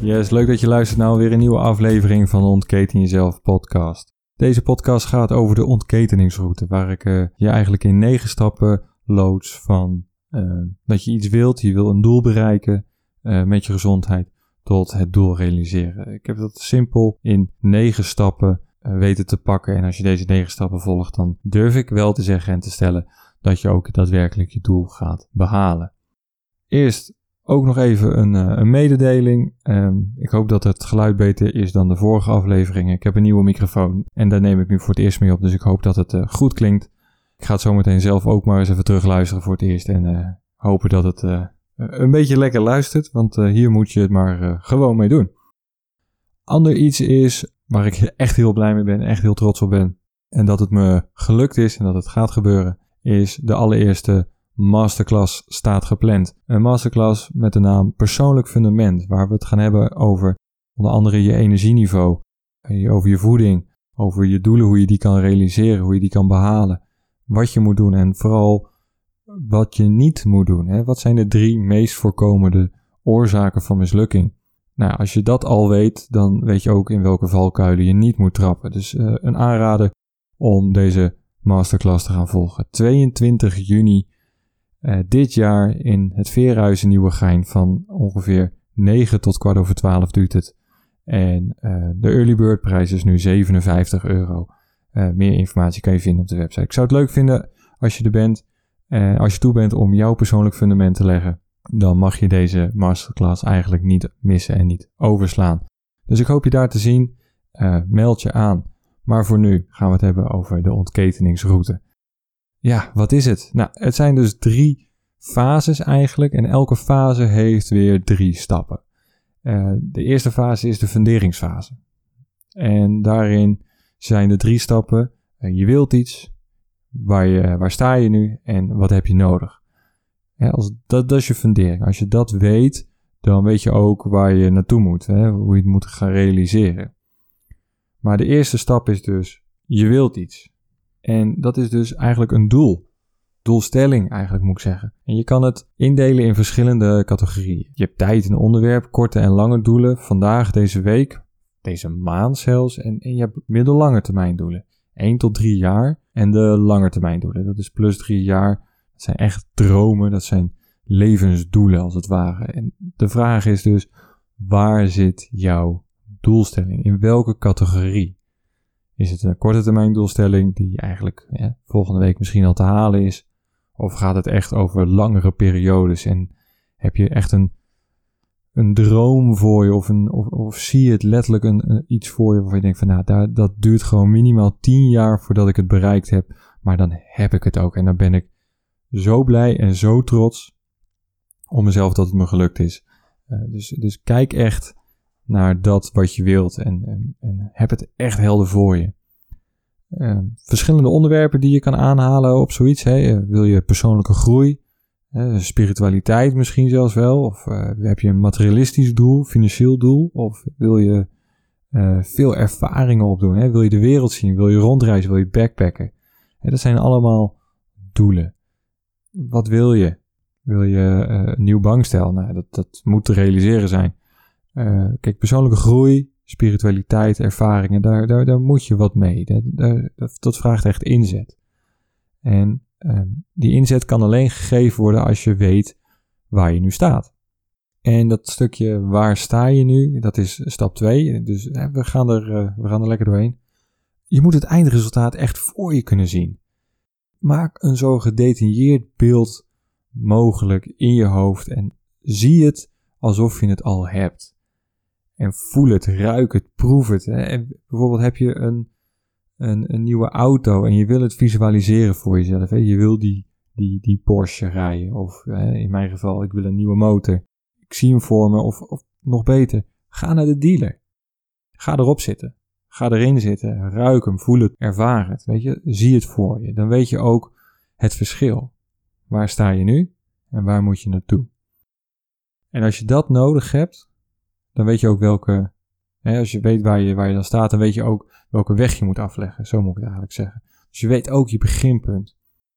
Yes, leuk dat je luistert naar weer een nieuwe aflevering van de Ontketen Jezelf podcast. Deze podcast gaat over de ontketeningsroute, waar ik je eigenlijk in 9 stappen loods van dat je iets wilt, je wil een doel bereiken met je gezondheid, tot het doel realiseren. Ik heb dat simpel in 9 stappen weten te pakken en als je deze 9 stappen volgt, dan durf ik wel te zeggen en te stellen dat je ook daadwerkelijk je doel gaat behalen. Eerst ook nog even een mededeling. Ik hoop dat het geluid beter is dan de vorige afleveringen. Ik heb een nieuwe microfoon en daar neem ik nu voor het eerst mee op. Dus ik hoop dat het goed klinkt. Ik ga het zo meteen zelf ook maar eens even terugluisteren voor het eerst. En hopen dat het een beetje lekker luistert. Want hier moet je het maar gewoon mee doen. Ander iets is waar ik echt heel blij mee ben. Echt heel trots op ben. En dat het me gelukt is en dat het gaat gebeuren. Is de allereerste masterclass staat gepland. Een masterclass met de naam Persoonlijk Fundament, waar we het gaan hebben over onder andere je energieniveau, over je voeding, over je doelen, hoe je die kan realiseren, hoe je die kan behalen, wat je moet doen en vooral wat je niet moet doen. Hè? Wat zijn de 3 meest voorkomende oorzaken van mislukking? Nou, als je dat al weet, dan weet je ook in welke valkuilen je niet moet trappen. Dus een aanrader om deze masterclass te gaan volgen. 22 juni dit jaar in het Veerhuis in Nieuwegein van ongeveer 9 tot 11:15 duurt het. En de early bird prijs is nu €57. Meer informatie kan je vinden op de website. Ik zou het leuk vinden als je er bent. Als je toe bent om jouw persoonlijk fundament te leggen, dan mag je deze masterclass eigenlijk niet missen en niet overslaan. Dus ik hoop je daar te zien. Meld je aan. Maar voor nu gaan we het hebben over de ontketeningsroute. Ja, wat is het? Nou, het zijn dus 3 fases eigenlijk en elke fase heeft weer 3 stappen. De eerste fase is de funderingsfase. En daarin zijn de 3 stappen. Je wilt iets, waar sta je nu en wat heb je nodig? Dat is je fundering. Als je dat weet, dan weet je ook waar je naartoe moet, hoe je het moet gaan realiseren. Maar de eerste stap is dus, je wilt iets. En dat is dus eigenlijk een doel. Doelstelling eigenlijk moet ik zeggen. En je kan het indelen in verschillende categorieën. Je hebt tijd en onderwerp, korte en lange doelen. Vandaag, deze week, deze maand zelfs. En je hebt middellange termijn doelen. 1 tot 3 jaar. En de lange termijn doelen. Dat is plus 3 jaar. Dat zijn echt dromen. Dat zijn levensdoelen als het ware. En de vraag is dus, waar zit jouw doelstelling? In welke categorie? Is het een korte termijn doelstelling die eigenlijk volgende week misschien al te halen is? Of gaat het echt over langere periodes en heb je echt een droom voor je of zie je het letterlijk iets voor je waarvan je denkt van nou, dat duurt gewoon minimaal 10 jaar voordat ik het bereikt heb, maar dan heb ik het ook en dan ben ik zo blij en zo trots om mezelf dat het me gelukt is. Dus kijk echt naar dat wat je wilt en heb het echt helder voor je. Verschillende onderwerpen die je kan aanhalen op zoiets. Wil je persoonlijke groei? Spiritualiteit misschien zelfs wel? Of heb je een materialistisch doel, financieel doel? Of wil je veel ervaringen opdoen? Wil je de wereld zien? Wil je rondreizen? Wil je backpacken? Dat zijn allemaal doelen. Wat wil je? Wil je een nieuw bankstel? Nou, dat moet te realiseren zijn. Kijk, persoonlijke groei, spiritualiteit, ervaringen, daar moet je wat mee. Dat vraagt echt inzet. En die inzet kan alleen gegeven worden als je weet waar je nu staat. En dat stukje waar sta je nu, dat is stap 2. Dus we gaan er lekker doorheen. Je moet het eindresultaat echt voor je kunnen zien. Maak een zo gedetailleerd beeld mogelijk in je hoofd en zie het alsof je het al hebt. En voel het, ruik het, proef het. En bijvoorbeeld heb je een nieuwe auto en je wil het visualiseren voor jezelf. Je wil die Porsche rijden. Of in mijn geval, ik wil een nieuwe motor. Ik zie hem voor me. Of nog beter, ga naar de dealer. Ga erop zitten. Ga erin zitten. Ruik hem, voel het, ervaar het. Zie het voor je. Dan weet je ook het verschil. Waar sta je nu en waar moet je naartoe? En als je dat nodig hebt, dan weet je ook welke, als je weet waar je dan staat, dan weet je ook welke weg je moet afleggen. Zo moet ik het eigenlijk zeggen. Dus je weet ook je beginpunt.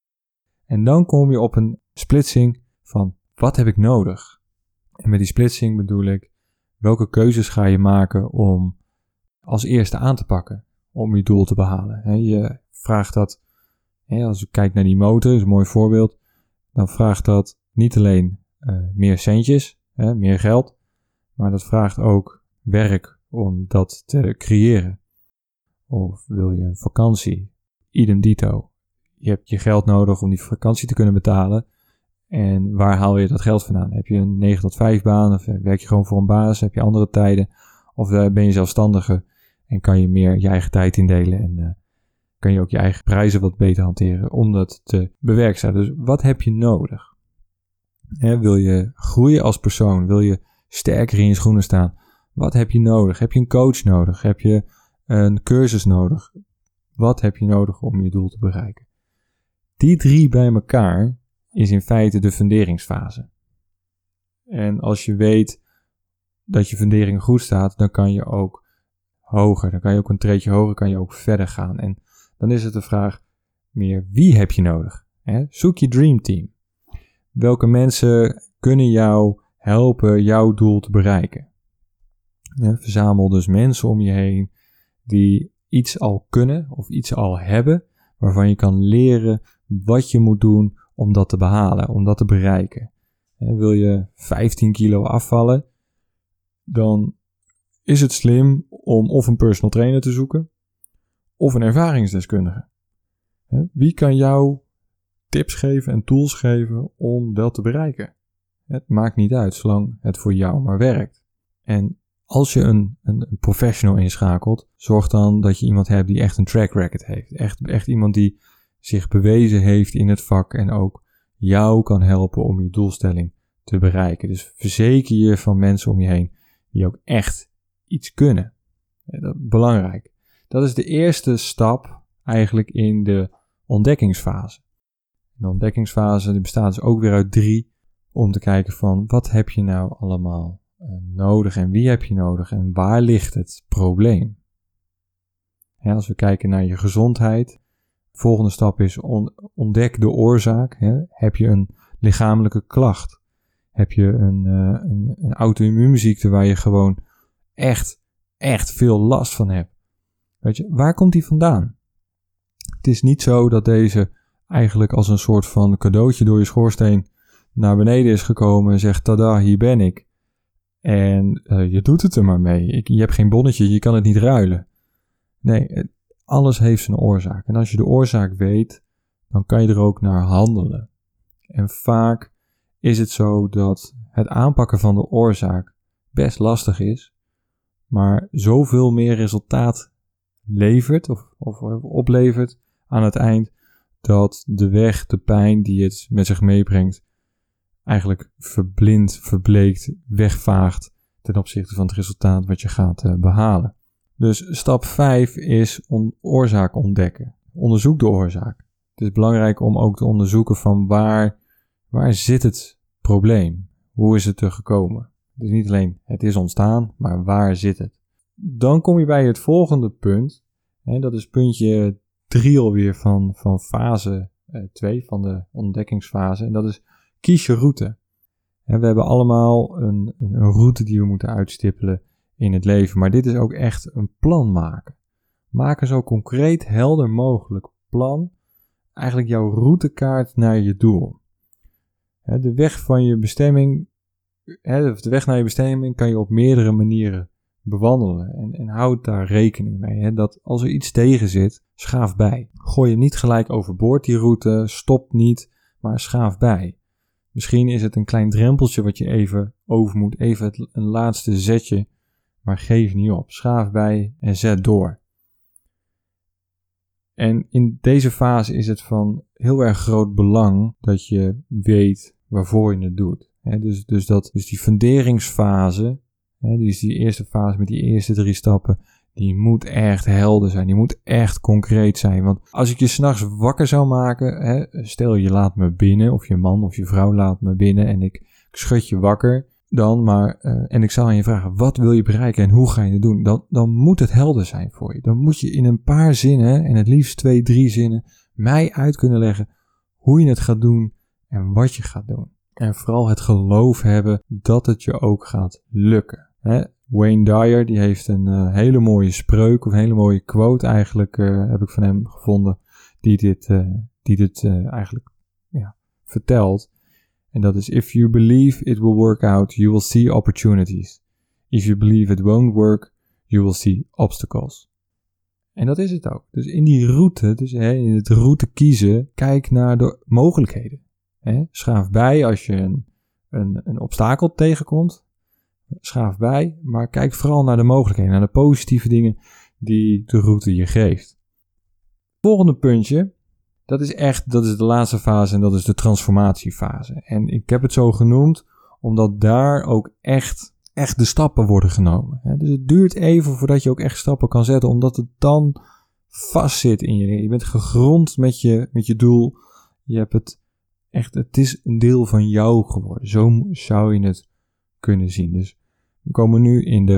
En dan kom je op een splitsing van, wat heb ik nodig? En met die splitsing bedoel ik, welke keuzes ga je maken om als eerste aan te pakken om je doel te behalen? Je vraagt dat, als je kijkt naar die motor, is een mooi voorbeeld, dan vraagt dat niet alleen meer centjes, meer geld, maar dat vraagt ook werk om dat te creëren. Of wil je een vakantie? Idem dito. Je hebt je geld nodig om die vakantie te kunnen betalen. En waar haal je dat geld vandaan? Heb je een 9 tot 5 baan? Of werk je gewoon voor een baas? Heb je andere tijden? Of ben je zelfstandige en kan je meer je eigen tijd indelen? En kan je ook je eigen prijzen wat beter hanteren om dat te bewerkstelligen? Dus wat heb je nodig? Wil je groeien als persoon? Wil je sterker in je schoenen staan? Wat heb je nodig? Heb je een coach nodig? Heb je een cursus nodig? Wat heb je nodig om je doel te bereiken? Die 3 bij elkaar is in feite de funderingsfase. En als je weet dat je fundering goed staat, dan kan je ook hoger. Dan kan je ook een treedje hoger, kan je ook verder gaan. En dan is het de vraag meer, wie heb je nodig? Zoek je dreamteam. Welke mensen kunnen jou helpen jouw doel te bereiken? Verzamel dus mensen om je heen die iets al kunnen of iets al hebben, waarvan je kan leren wat je moet doen om dat te behalen, om dat te bereiken. Wil je 15 kilo afvallen, dan is het slim om of een personal trainer te zoeken, of een ervaringsdeskundige. Wie kan jou tips geven en tools geven om dat te bereiken? Het maakt niet uit, zolang het voor jou maar werkt. En als je een professional inschakelt, zorg dan dat je iemand hebt die echt een track record heeft. Echt iemand die zich bewezen heeft in het vak en ook jou kan helpen om je doelstelling te bereiken. Dus verzeker je van mensen om je heen die ook echt iets kunnen. Dat is belangrijk. Dat is de eerste stap eigenlijk in de ontdekkingsfase. De ontdekkingsfase die bestaat dus ook weer uit 3 om te kijken van wat heb je nou allemaal nodig en wie heb je nodig en waar ligt het probleem. Als we kijken naar je gezondheid, de volgende stap is ontdek de oorzaak. Heb je een lichamelijke klacht? Heb je een auto-immuunziekte waar je gewoon echt veel last van hebt? Weet je, waar komt die vandaan? Het is niet zo dat deze eigenlijk als een soort van cadeautje door je schoorsteen naar beneden is gekomen en zegt, tada, hier ben ik. En je doet het er maar mee. Je hebt geen bonnetje, je kan het niet ruilen. Nee, alles heeft zijn oorzaak. En als je de oorzaak weet, dan kan je er ook naar handelen. En vaak is het zo dat het aanpakken van de oorzaak best lastig is, maar zoveel meer resultaat levert of oplevert aan het eind, dat de weg, de pijn die het met zich meebrengt, eigenlijk verbleekt, wegvaagt ten opzichte van het resultaat wat je gaat behalen. Dus stap 5 is oorzaak ontdekken. Onderzoek de oorzaak. Het is belangrijk om ook te onderzoeken van waar zit het probleem? Hoe is het er gekomen? Dus niet alleen het is ontstaan, maar waar zit het? Dan kom je bij het volgende punt. Dat is puntje 3 alweer van fase 2, van de ontdekkingsfase. En dat is kies je route. We hebben allemaal een route die we moeten uitstippelen in het leven. Maar dit is ook echt een plan maken. Maak een zo concreet, helder mogelijk plan. Eigenlijk jouw routekaart naar je doel. De weg van je bestemming, de weg naar je bestemming kan je op meerdere manieren bewandelen. En houd daar rekening mee. Dat als er iets tegen zit, schaaf bij. Gooi hem niet gelijk overboord die route, stop niet, maar schaaf bij. Misschien is het een klein drempeltje wat je even over moet, even een laatste zetje, maar geef niet op. Schaaf bij en zet door. En in deze fase is het van heel erg groot belang dat je weet waarvoor je het doet. Dus die funderingsfase, die is die eerste fase met die eerste 3 stappen, die moet echt helder zijn. Die moet echt concreet zijn. Want als ik je 's nachts wakker zou maken, stel je laat me binnen, of je man of je vrouw laat me binnen en ik schud je wakker, en ik zou aan je vragen, wat wil je bereiken en hoe ga je het doen? Dan moet het helder zijn voor je. Dan moet je in een paar zinnen, en het liefst 2, 3 zinnen, mij uit kunnen leggen hoe je het gaat doen en wat je gaat doen. En vooral het geloof hebben dat het je ook gaat lukken. Wayne Dyer, die heeft een hele mooie spreuk, of een hele mooie quote eigenlijk, heb ik van hem gevonden, die dit eigenlijk vertelt. En dat is: If you believe it will work out, you will see opportunities. If you believe it won't work, you will see obstacles. En dat is het ook. Dus in die route, in het route kiezen, kijk naar de mogelijkheden. Schaaf bij als je een obstakel tegenkomt. Schaaf bij, maar kijk vooral naar de mogelijkheden, naar de positieve dingen die de route je geeft. Volgende puntje, dat is de laatste fase en dat is de transformatiefase. En ik heb het zo genoemd, omdat daar ook echt de stappen worden genomen. Dus het duurt even voordat je ook echt stappen kan zetten, omdat het dan vastzit in je. Je bent gegrond met je doel. Je hebt het is een deel van jou geworden. Zo zou je het kunnen zien. Dus we komen nu in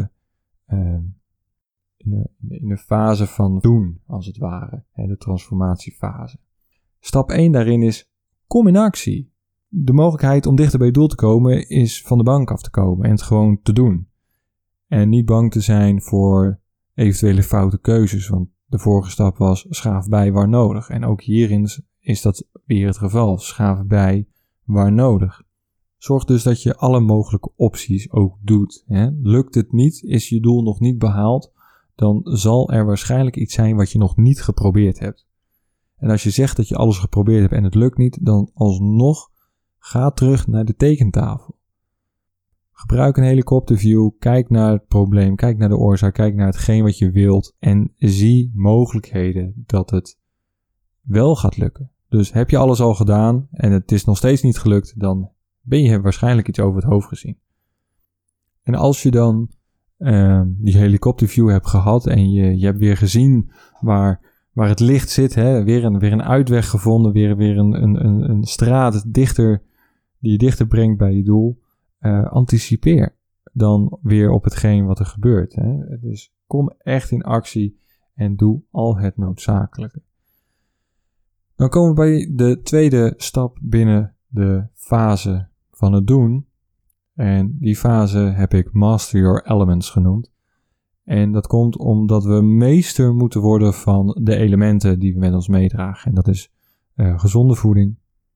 de fase van doen, als het ware. De transformatiefase. Stap 1 daarin is: kom in actie. De mogelijkheid om dichter bij je doel te komen is van de bank af te komen en het gewoon te doen. En niet bang te zijn voor eventuele foute keuzes, want de vorige stap was: schaaf bij waar nodig. En ook hierin is dat weer het geval. Schaaf bij waar nodig. Zorg dus dat je alle mogelijke opties ook doet. Lukt het niet, is je doel nog niet behaald, dan zal er waarschijnlijk iets zijn wat je nog niet geprobeerd hebt. En als je zegt dat je alles geprobeerd hebt en het lukt niet, dan alsnog ga terug naar de tekentafel. Gebruik een helikopterview, kijk naar het probleem, kijk naar de oorzaak, kijk naar hetgeen wat je wilt en zie mogelijkheden dat het wel gaat lukken. Dus heb je alles al gedaan en het is nog steeds niet gelukt, dan ben je waarschijnlijk iets over het hoofd gezien. En als je dan die helikopterview hebt gehad en je hebt weer gezien waar het licht zit, weer een uitweg gevonden, weer een straat die je dichter brengt bij je doel, anticipeer dan weer op hetgeen wat er gebeurt. Dus kom echt in actie en doe al het noodzakelijke. Dan komen we bij de tweede stap binnen de fase van het doen. En die fase heb ik Master Your Elements genoemd. En dat komt omdat we meester moeten worden van de elementen die we met ons meedragen. En dat is gezonde voeding,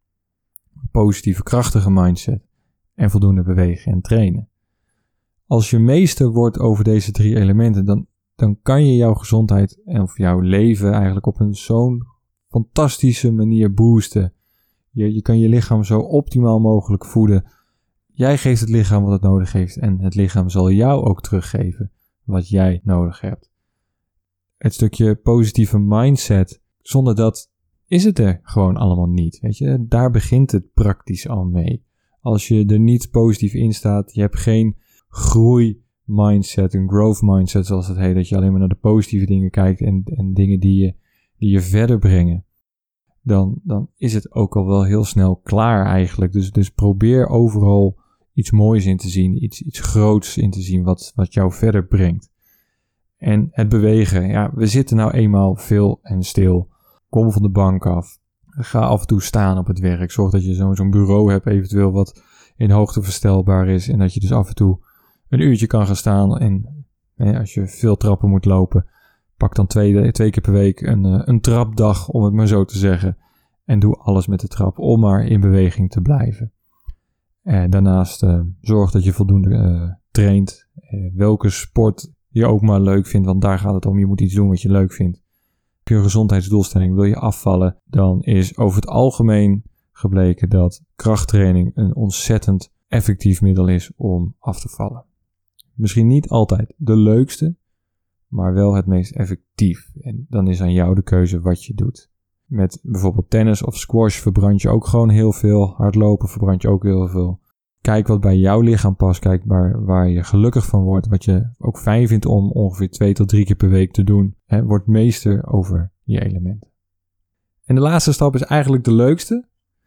een positieve krachtige mindset en voldoende bewegen en trainen. Als je meester wordt over deze 3 elementen, dan kan je jouw gezondheid of jouw leven eigenlijk op zo'n fantastische manier boosten. Je kan je lichaam zo optimaal mogelijk voeden. Jij geeft het lichaam wat het nodig heeft en het lichaam zal jou ook teruggeven wat jij nodig hebt. Het stukje positieve mindset, zonder dat is het er gewoon allemaal niet. Weet je? Daar begint het praktisch al mee. Als je er niet positief in staat, je hebt geen groeimindset, een growth mindset zoals het heet, dat je alleen maar naar de positieve dingen kijkt en dingen die je verder brengen, dan is het ook al wel heel snel klaar eigenlijk. Dus probeer overal iets moois in te zien, iets groots in te zien wat jou verder brengt. En het bewegen, we zitten nou eenmaal veel en stil. Kom van de bank af. Ga af en toe staan op het werk. Zorg dat je zo'n bureau hebt eventueel wat in hoogte verstelbaar is en dat je dus af en toe een uurtje kan gaan staan. En als je veel trappen moet lopen, pak dan 2 keer per week een trapdag, om het maar zo te zeggen. En doe alles met de trap om maar in beweging te blijven. Daarnaast zorg dat je voldoende traint. Welke sport je ook maar leuk vindt, want daar gaat het om. Je moet iets doen wat je leuk vindt. Heb je een gezondheidsdoelstelling, wil je afvallen, dan is over het algemeen gebleken dat krachttraining een ontzettend effectief middel is om af te vallen. Misschien niet altijd de leukste, maar wel het meest effectief. En dan is aan jou de keuze wat je doet. Met bijvoorbeeld tennis of squash verbrand je ook gewoon heel veel. Hardlopen verbrand je ook heel veel. Kijk wat bij jouw lichaam past. Kijk waar je gelukkig van wordt. Wat je ook fijn vindt om ongeveer 2 tot 3 keer per week te doen. Word meester over je elementen. En de laatste stap is eigenlijk de leukste.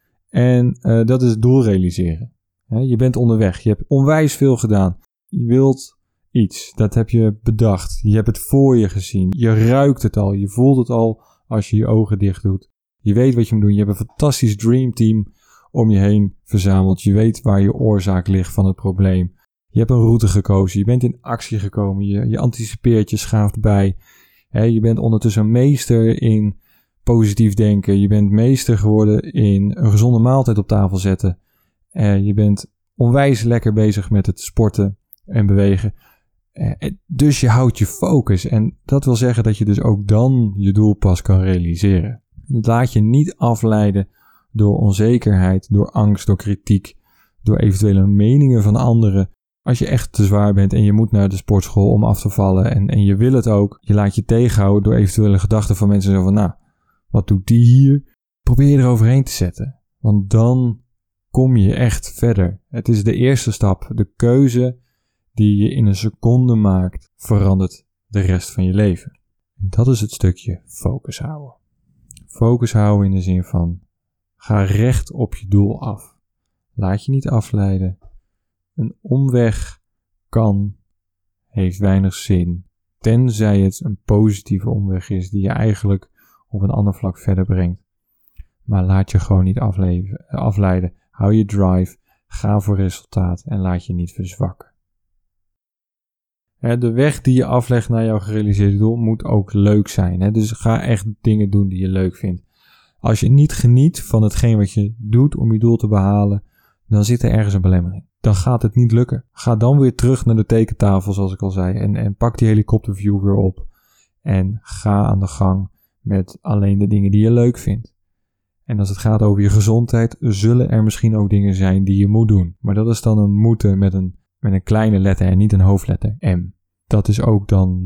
En dat is het doel realiseren. Je bent onderweg. Je hebt onwijs veel gedaan. Je wilt iets. Dat heb je bedacht. Je hebt het voor je gezien. Je ruikt het al. Je voelt het al als je je ogen dicht doet. Je weet wat je moet doen. Je hebt een fantastisch dreamteam om je heen verzameld. Je weet waar je oorzaak ligt van het probleem. Je hebt een route gekozen. Je bent in actie gekomen. Je anticipeert, je schaaft bij. Je bent ondertussen een meester in positief denken. Je bent meester geworden in een gezonde maaltijd op tafel zetten. Je bent onwijs lekker bezig met het sporten en bewegen. Dus je houdt je focus. En dat wil zeggen dat je dus ook dan je doel pas kan realiseren. Laat je niet afleiden door onzekerheid, door angst, door kritiek, door eventuele meningen van anderen. Als je echt te zwaar bent en je moet naar de sportschool om af te vallen en je wil het ook, je laat je tegenhouden door eventuele gedachten van mensen zo van, nou, wat doet die hier? Probeer je eroverheen te zetten. Want dan kom je echt verder. Het is de eerste stap. De keuze die je in een seconde maakt, verandert de rest van je leven. En dat is het stukje focus houden. Focus houden in de zin van, ga recht op je doel af. Laat je niet afleiden. Een omweg heeft weinig zin, tenzij het een positieve omweg is die je eigenlijk op een ander vlak verder brengt. Maar laat je gewoon niet afleiden. Hou je drive, ga voor resultaat en laat je niet verzwakken. De weg die je aflegt naar jouw gerealiseerde doel moet ook leuk zijn. Dus ga echt dingen doen die je leuk vindt. Als je niet geniet van hetgeen wat je doet om je doel te behalen, dan zit er ergens een belemmering. Dan gaat het niet lukken. Ga dan weer terug naar de tekentafel, zoals ik al zei, en pak die helikopterview weer op. En ga aan de gang met alleen de dingen die je leuk vindt. En als het gaat over je gezondheid, zullen er misschien ook dingen zijn die je moet doen. Maar dat is dan een moeten met een kleine letter en niet een hoofdletter, M. Dat is ook dan,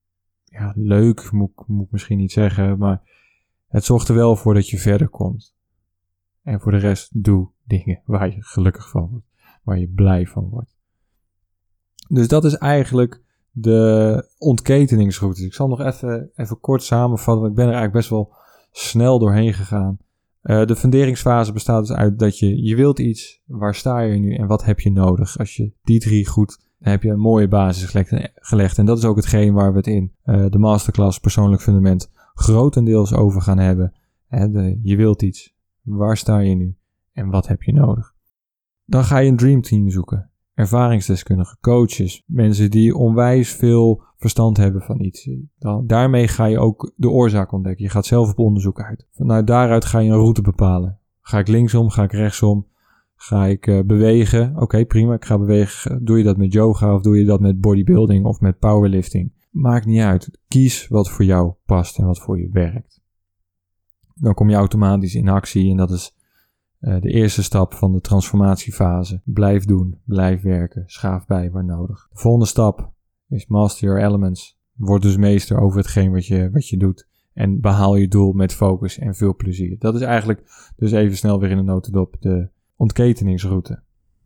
leuk, moet ik misschien niet zeggen, maar het zorgt er wel voor dat je verder komt. En voor de rest, doe dingen waar je gelukkig van wordt, waar je blij van wordt. Dus dat is eigenlijk de ontketeningsroute. Ik zal nog even kort samenvatten, want ik ben er eigenlijk best wel snel doorheen gegaan. De funderingsfase bestaat dus uit dat je wilt iets, waar sta je nu en wat heb je nodig? Als je die 3 goed, dan heb je een mooie basis gelegd. En dat is ook hetgeen waar we het in de masterclass persoonlijk fundament grotendeels over gaan hebben. Je wilt iets, waar sta je nu en wat heb je nodig? Dan ga je een dreamteam zoeken. Ervaringsdeskundigen, coaches, mensen die onwijs veel verstand hebben van iets. Daarmee ga je ook de oorzaak ontdekken. Je gaat zelf op onderzoek uit. Vanuit daaruit ga je een route bepalen. Ga ik linksom, ga ik rechtsom? Ga ik bewegen? Oké, prima, ik ga bewegen. Doe je dat met yoga of doe je dat met bodybuilding of met powerlifting? Maakt niet uit. Kies wat voor jou past en wat voor je werkt. Dan kom je automatisch in actie en dat is de eerste stap van de transformatiefase. Blijf doen, blijf werken, schaaf bij waar nodig. De volgende stap is master your elements. Word dus meester over hetgeen wat je doet. En behaal je doel met focus en veel plezier. Dat is eigenlijk, dus even snel weer in de notendop, de ontketeningsroute.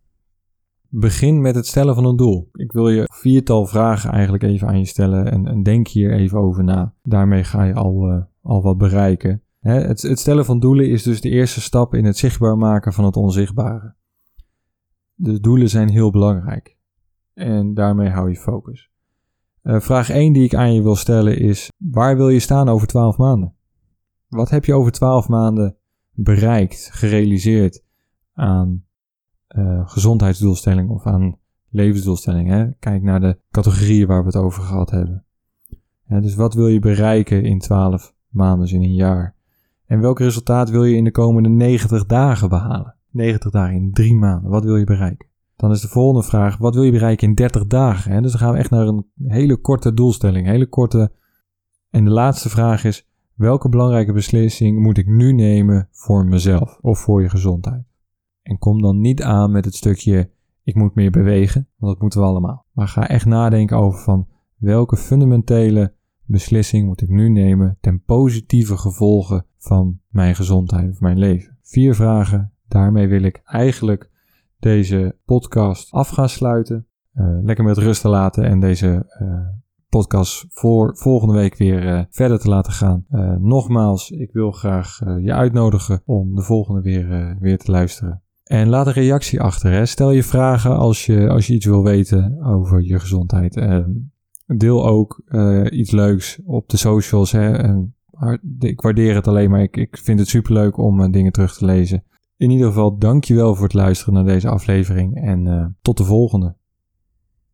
Begin met het stellen van een doel. Ik wil je 4 vragen eigenlijk even aan je stellen en denk hier even over na. Daarmee ga je al wat bereiken. Het stellen van doelen is dus de eerste stap in het zichtbaar maken van het onzichtbare. De doelen zijn heel belangrijk. En daarmee hou je focus. Vraag 1 die ik aan je wil stellen is, waar wil je staan over 12 maanden? Wat heb je over 12 maanden bereikt, gerealiseerd aan gezondheidsdoelstellingen of aan levensdoelstellingen? Kijk naar de categorieën waar we het over gehad hebben. Dus wat wil je bereiken in 12 maanden, dus in een jaar? En welk resultaat wil je in de komende 90 dagen behalen? 90 dagen in 3 maanden, wat wil je bereiken? Dan is de volgende vraag, wat wil je bereiken in 30 dagen? Dus dan gaan we echt naar een hele korte doelstelling, En de laatste vraag is, welke belangrijke beslissing moet ik nu nemen voor mezelf of voor je gezondheid? En kom dan niet aan met het stukje, ik moet meer bewegen, want dat moeten we allemaal. Maar ga echt nadenken over van, welke fundamentele beslissing moet ik nu nemen ten positieve gevolgen van mijn gezondheid of mijn leven? 4 vragen, daarmee wil ik eigenlijk deze podcast af gaan sluiten. Lekker met rust te laten en deze podcast voor volgende week weer verder te laten gaan. Nogmaals, ik wil graag je uitnodigen om de volgende weer te luisteren. En laat een reactie achter. Stel je vragen als je iets wil weten over je gezondheid. Deel ook iets leuks op de socials. Ik waardeer het alleen maar. Ik vind het superleuk om dingen terug te lezen. In ieder geval, dankjewel voor het luisteren naar deze aflevering en tot de volgende.